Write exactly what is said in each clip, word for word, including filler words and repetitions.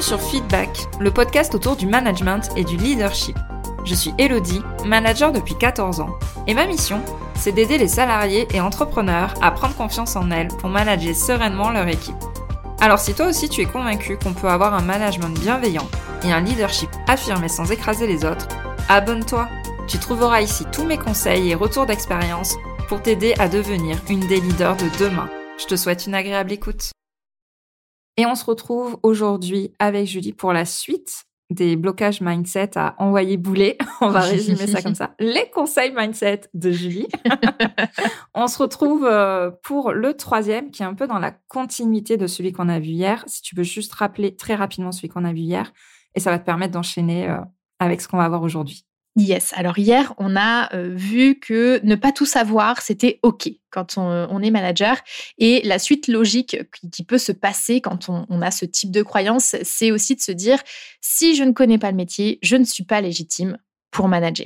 sur Feedback, le podcast autour du management et du leadership. Je suis Elodie, manager depuis quatorze ans, et ma mission, c'est d'aider les salariés et entrepreneurs à prendre confiance en elles pour manager sereinement leur équipe. Alors si toi aussi tu es convaincu qu'on peut avoir un management bienveillant et un leadership affirmé sans écraser les autres, abonne-toi. Tu trouveras ici tous mes conseils et retours d'expérience pour t'aider à devenir une des leaders de demain. Je te souhaite une agréable écoute. Et on se retrouve aujourd'hui avec Julie pour la suite des blocages mindset à envoyer bouler. On va résumer ça comme ça. Les conseils mindset de Julie. On se retrouve pour le troisième qui est un peu dans la continuité de celui qu'on a vu hier. Si tu peux juste rappeler très rapidement celui qu'on a vu hier et ça va te permettre d'enchaîner avec ce qu'on va voir aujourd'hui. Yes. Alors hier, on a euh, vu que ne pas tout savoir, c'était OK quand on, on est manager. Et la suite logique qui, qui peut se passer quand on, on a ce type de croyance, c'est aussi de se dire, si je ne connais pas le métier, je ne suis pas légitime pour manager.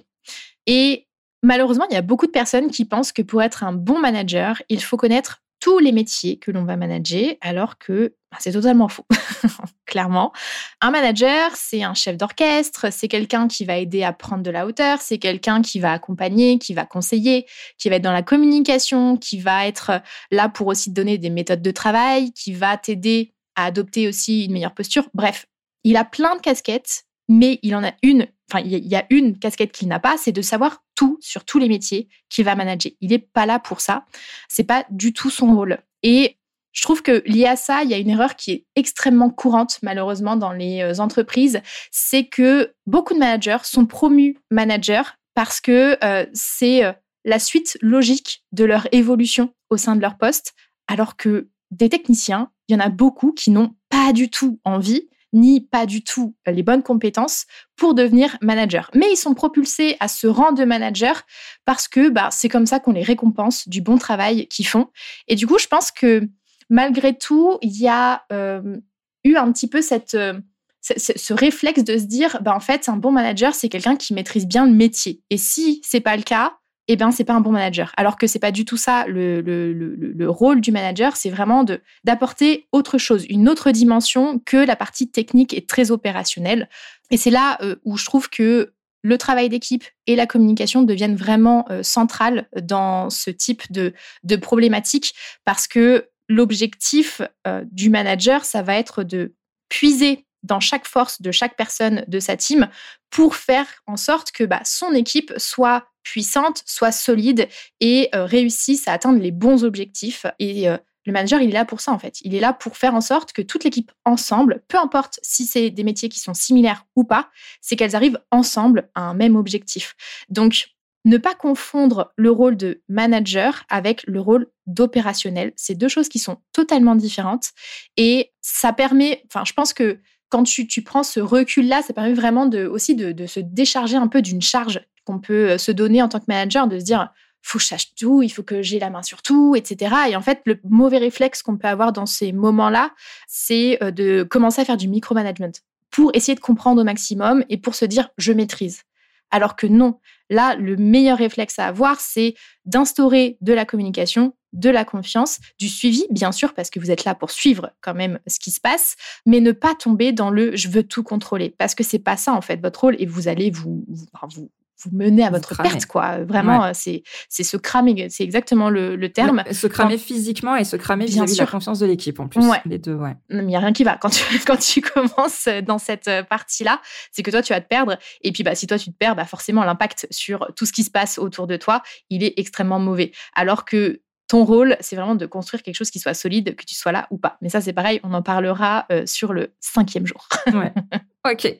Et malheureusement, il y a beaucoup de personnes qui pensent que pour être un bon manager, il faut connaître tous les métiers que l'on va manager, alors que bah, c'est totalement faux. Clairement. Un manager, c'est un chef d'orchestre, c'est quelqu'un qui va aider à prendre de la hauteur, c'est quelqu'un qui va accompagner, qui va conseiller, qui va être dans la communication, qui va être là pour aussi te donner des méthodes de travail, qui va t'aider à adopter aussi une meilleure posture. Bref, il a plein de casquettes, mais il en a une, enfin, il y a une casquette qu'il n'a pas, c'est de savoir tout sur tous les métiers qu'il va manager. Il n'est pas là pour ça. C'est pas du tout son rôle. Et je trouve que lié à ça, il y a une erreur qui est extrêmement courante, malheureusement, dans les entreprises. C'est que beaucoup de managers sont promus managers parce que euh, c'est la suite logique de leur évolution au sein de leur poste, alors que des techniciens, il y en a beaucoup qui n'ont pas du tout envie ni pas du tout les bonnes compétences pour devenir manager. Mais ils sont propulsés à ce rang de manager parce que bah, c'est comme ça qu'on les récompense du bon travail qu'ils font. Et du coup, je pense que malgré tout, il y a euh, eu un petit peu cette, euh, ce, ce réflexe de se dire, bah, en fait, un bon manager, c'est quelqu'un qui maîtrise bien le métier. Et si c'est pas le cas, eh ben, c'est pas un bon manager. Alors que c'est pas du tout ça le, le, le, le rôle du manager, c'est vraiment de, d'apporter autre chose, une autre dimension que la partie technique et très opérationnelle. Et c'est là euh, où je trouve que le travail d'équipe et la communication deviennent vraiment euh, centrales dans ce type de, de problématique parce que l'objectif euh, du manager, ça va être de puiser dans chaque force de chaque personne de sa team pour faire en sorte que bah, son équipe soit puissante, soit solide et euh, réussisse à atteindre les bons objectifs. Et euh, le manager, il est là pour ça, en fait. Il est là pour faire en sorte que toute l'équipe ensemble, peu importe si c'est des métiers qui sont similaires ou pas, c'est qu'elles arrivent ensemble à un même objectif. Donc, ne pas confondre le rôle de manager avec le rôle d'opérationnel. C'est deux choses qui sont totalement différentes. Et ça permet, enfin, je pense que quand tu, tu prends ce recul-là, ça permet vraiment de, aussi de, de se décharger un peu d'une charge qu'on peut se donner en tant que manager, de se dire « faut que je sache tout, il faut que j'ai la main sur tout, et cetera » Et en fait, le mauvais réflexe qu'on peut avoir dans ces moments-là, c'est de commencer à faire du micromanagement pour essayer de comprendre au maximum et pour se dire « je maîtrise ». Alors que non, là, le meilleur réflexe à avoir, c'est d'instaurer de la communication, de la confiance, du suivi, bien sûr, parce que vous êtes là pour suivre quand même ce qui se passe, mais ne pas tomber dans le « je veux tout contrôler », parce que c'est pas ça, en fait, votre rôle, et vous allez vous, vous, vous, vous mener à votre perte, quoi. Vraiment, ouais. c'est, c'est se cramer, c'est exactement le, le terme. Le, se cramer quand... physiquement et se cramer bien vis-à-vis sûr. de la confiance de l'équipe, en plus. Ouais. Les deux, ouais. Il n'y a rien qui va. Quand tu, quand tu commences dans cette partie-là, c'est que toi, tu vas te perdre. Et puis, bah, si toi, tu te perds, bah, forcément, l'impact sur tout ce qui se passe autour de toi, il est extrêmement mauvais. Alors que ton rôle, c'est vraiment de construire quelque chose qui soit solide, que tu sois là ou pas. Mais ça, c'est pareil, on en parlera euh, sur le cinquième jour. Ouais. OK.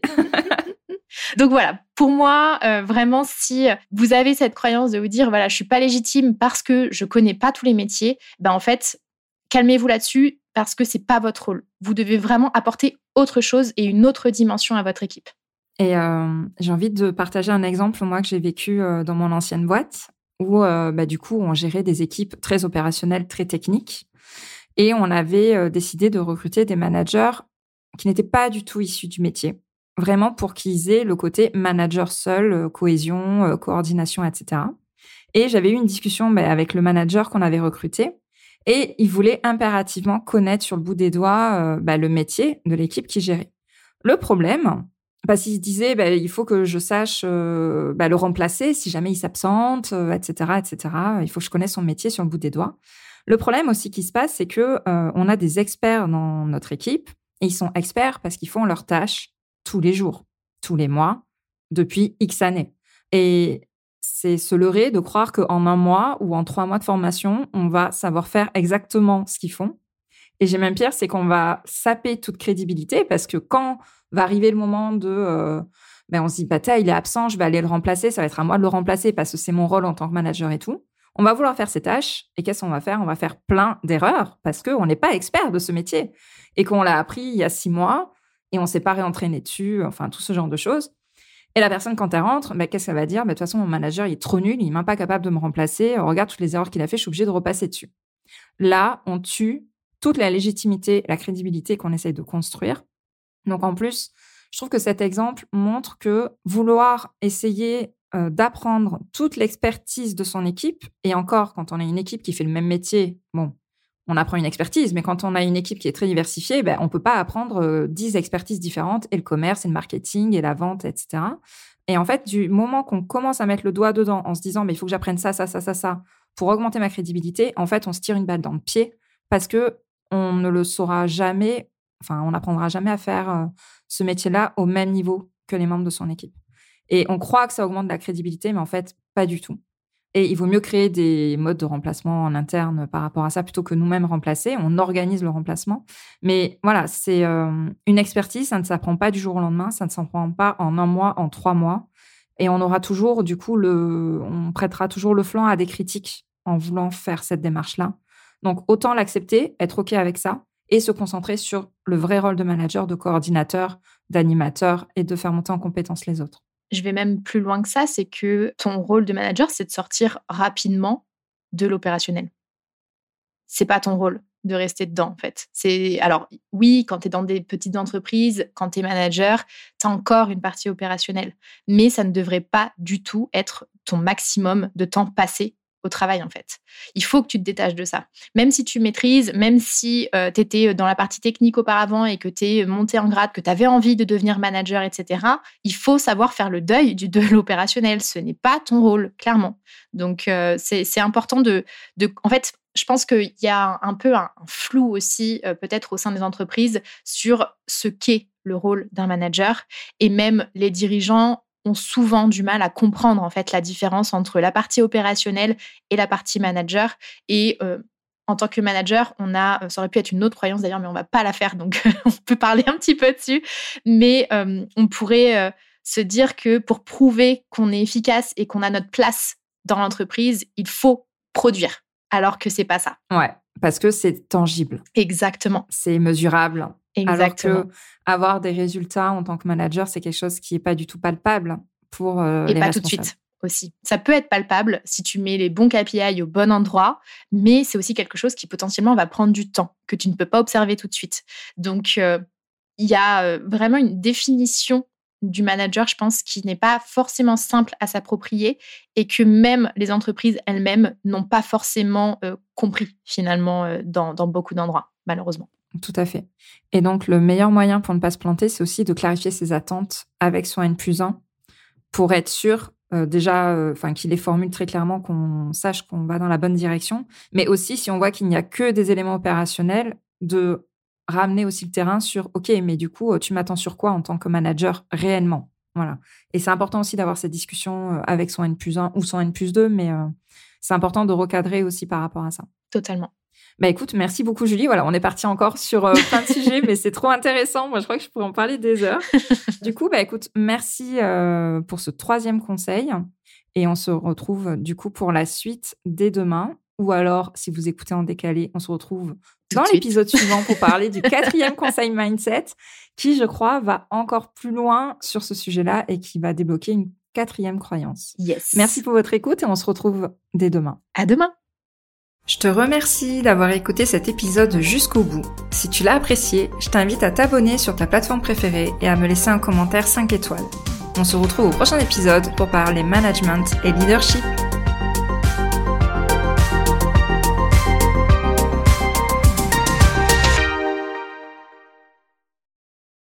Donc voilà, pour moi, euh, vraiment, si vous avez cette croyance de vous dire, voilà, je suis pas légitime parce que je connais pas tous les métiers, ben en fait, calmez-vous là-dessus parce que c'est pas votre rôle. Vous devez vraiment apporter autre chose et une autre dimension à votre équipe. Et euh, j'ai envie de partager un exemple, moi, que j'ai vécu euh, dans mon ancienne boîte, où euh, bah, du coup, on gérait des équipes très opérationnelles, très techniques, et on avait euh, décidé de recruter des managers qui n'étaient pas du tout issus du métier. Vraiment pour qu'ils aient le côté manager seul, euh, cohésion, euh, coordination, et cetera. Et j'avais eu une discussion bah, avec le manager qu'on avait recruté et il voulait impérativement connaître sur le bout des doigts euh, bah, le métier de l'équipe qu'il gérait. Le problème, parce qu'il se disait, bah, il faut que je sache euh, bah, le remplacer si jamais il s'absente, euh, et cetera, et cetera. Il faut que je connaisse son métier sur le bout des doigts. Le problème aussi qui se passe, c'est que euh, on a des experts dans notre équipe et ils sont experts parce qu'ils font leurs tâches tous les jours, tous les mois, depuis X années. Et c'est se leurrer de croire qu'en un mois ou en trois mois de formation, on va savoir faire exactement ce qu'ils font. Et j'ai même pire, c'est qu'on va saper toute crédibilité parce que quand va arriver le moment de... Euh, ben on se dit, bah, il est absent, je vais aller le remplacer, ça va être à moi de le remplacer parce que c'est mon rôle en tant que manager et tout. On va vouloir faire ses tâches et qu'est-ce qu'on va faire? On va faire plein d'erreurs parce qu'on n'est pas expert de ce métier et qu'on l'a appris il y a six mois et on ne s'est pas réentraîné dessus, enfin tout ce genre de choses. Et la personne, quand elle rentre, ben, qu'est-ce qu'elle va dire? Ben, de toute façon, mon manager, il est trop nul, il n'est même pas capable de me remplacer. Regarde toutes les erreurs qu'il a fait, je suis obligée de repasser dessus. Là, on tue toute la légitimité, la crédibilité qu'on essaye de construire. Donc, en plus, je trouve que cet exemple montre que vouloir essayer euh, d'apprendre toute l'expertise de son équipe, et encore, quand on a une équipe qui fait le même métier, bon, on apprend une expertise, mais quand on a une équipe qui est très diversifiée, ben, on ne peut pas apprendre euh, dix expertises différentes, et le commerce, et le marketing, et la vente, et cetera. Et en fait, du moment qu'on commence à mettre le doigt dedans en se disant, mais il faut que j'apprenne ça, ça, ça, ça, ça, pour augmenter ma crédibilité, en fait, on se tire une balle dans le pied, parce que on ne le saura jamais, enfin, on n'apprendra jamais à faire euh, ce métier-là au même niveau que les membres de son équipe. Et on croit que ça augmente la crédibilité, mais en fait, pas du tout. Et il vaut mieux créer des modes de remplacement en interne par rapport à ça plutôt que nous-mêmes remplacer. On organise le remplacement. Mais voilà, c'est euh, une expertise, ça ne s'apprend pas du jour au lendemain, ça ne s'apprend pas en un mois, en trois mois. Et on aura toujours, du coup, le, on prêtera toujours le flanc à des critiques en voulant faire cette démarche-là. Donc, autant l'accepter, être OK avec ça et se concentrer sur le vrai rôle de manager, de coordinateur, d'animateur et de faire monter en compétence les autres. Je vais même plus loin que ça, c'est que ton rôle de manager, c'est de sortir rapidement de l'opérationnel. C'est pas ton rôle de rester dedans, en fait. C'est, alors, oui, quand tu es dans des petites entreprises, quand tu es manager, tu as encore une partie opérationnelle. Mais ça ne devrait pas du tout être ton maximum de temps passé au travail, en fait. Il faut que tu te détaches de ça. Même si tu maîtrises, même si euh, tu étais dans la partie technique auparavant et que tu es monté en grade, que tu avais envie de devenir manager, et cetera, il faut savoir faire le deuil du, de l'opérationnel. Ce n'est pas ton rôle, clairement. Donc, euh, c'est, c'est important de, de... En fait, je pense qu'il y a un peu un, un flou aussi, euh, peut-être au sein des entreprises, sur ce qu'est le rôle d'un manager. Et même les dirigeants ont souvent du mal à comprendre en fait la différence entre la partie opérationnelle et la partie manager. Et euh, en tant que manager, on a, ça aurait pu être une autre croyance d'ailleurs, mais on va pas la faire, donc on peut parler un petit peu dessus. Mais euh, on pourrait euh, se dire que pour prouver qu'on est efficace et qu'on a notre place dans l'entreprise, il faut produire, alors que c'est pas ça. Ouais, parce que c'est tangible. Exactement. C'est mesurable. Exactement. Alors que avoir des résultats en tant que manager, c'est quelque chose qui n'est pas du tout palpable pour euh, et les pas responsables. tout de suite aussi. Ça peut être palpable si tu mets les bons K P I au bon endroit, mais c'est aussi quelque chose qui potentiellement va prendre du temps, que tu ne peux pas observer tout de suite. Donc, il euh, y a euh, vraiment une définition du manager, je pense, qui n'est pas forcément simple à s'approprier et que même les entreprises elles-mêmes n'ont pas forcément euh, compris finalement euh, dans, dans beaucoup d'endroits, malheureusement. Tout à fait. Et donc, le meilleur moyen pour ne pas se planter, c'est aussi de clarifier ses attentes avec son N plus un pour être sûr, euh, déjà, euh, enfin, qu'il les formule très clairement, qu'on sache qu'on va dans la bonne direction. Mais aussi, si on voit qu'il n'y a que des éléments opérationnels, de ramener aussi le terrain sur « OK, mais du coup, tu m'attends sur quoi en tant que manager réellement ?» Voilà. Et c'est important aussi d'avoir cette discussion avec son N plus un ou son N plus deux, mais euh, c'est important de recadrer aussi par rapport à ça. Totalement. Bah écoute, merci beaucoup Julie. Voilà, on est parti encore sur euh, plein de sujets, mais c'est trop intéressant. Moi, je crois que je pourrais en parler des heures. Du coup, bah écoute, merci euh, pour ce troisième conseil. Et on se retrouve du coup pour la suite dès demain. Ou alors, si vous écoutez en décalé, on se retrouve Tout dans l'épisode suivant pour parler du quatrième conseil mindset, qui, je crois, va encore plus loin sur ce sujet-là et qui va débloquer une quatrième croyance. Yes. Merci pour votre écoute et on se retrouve dès demain. À demain. Je te remercie d'avoir écouté cet épisode jusqu'au bout. Si tu l'as apprécié, je t'invite à t'abonner sur ta plateforme préférée et à me laisser un commentaire cinq étoiles. On se retrouve au prochain épisode pour parler management et leadership.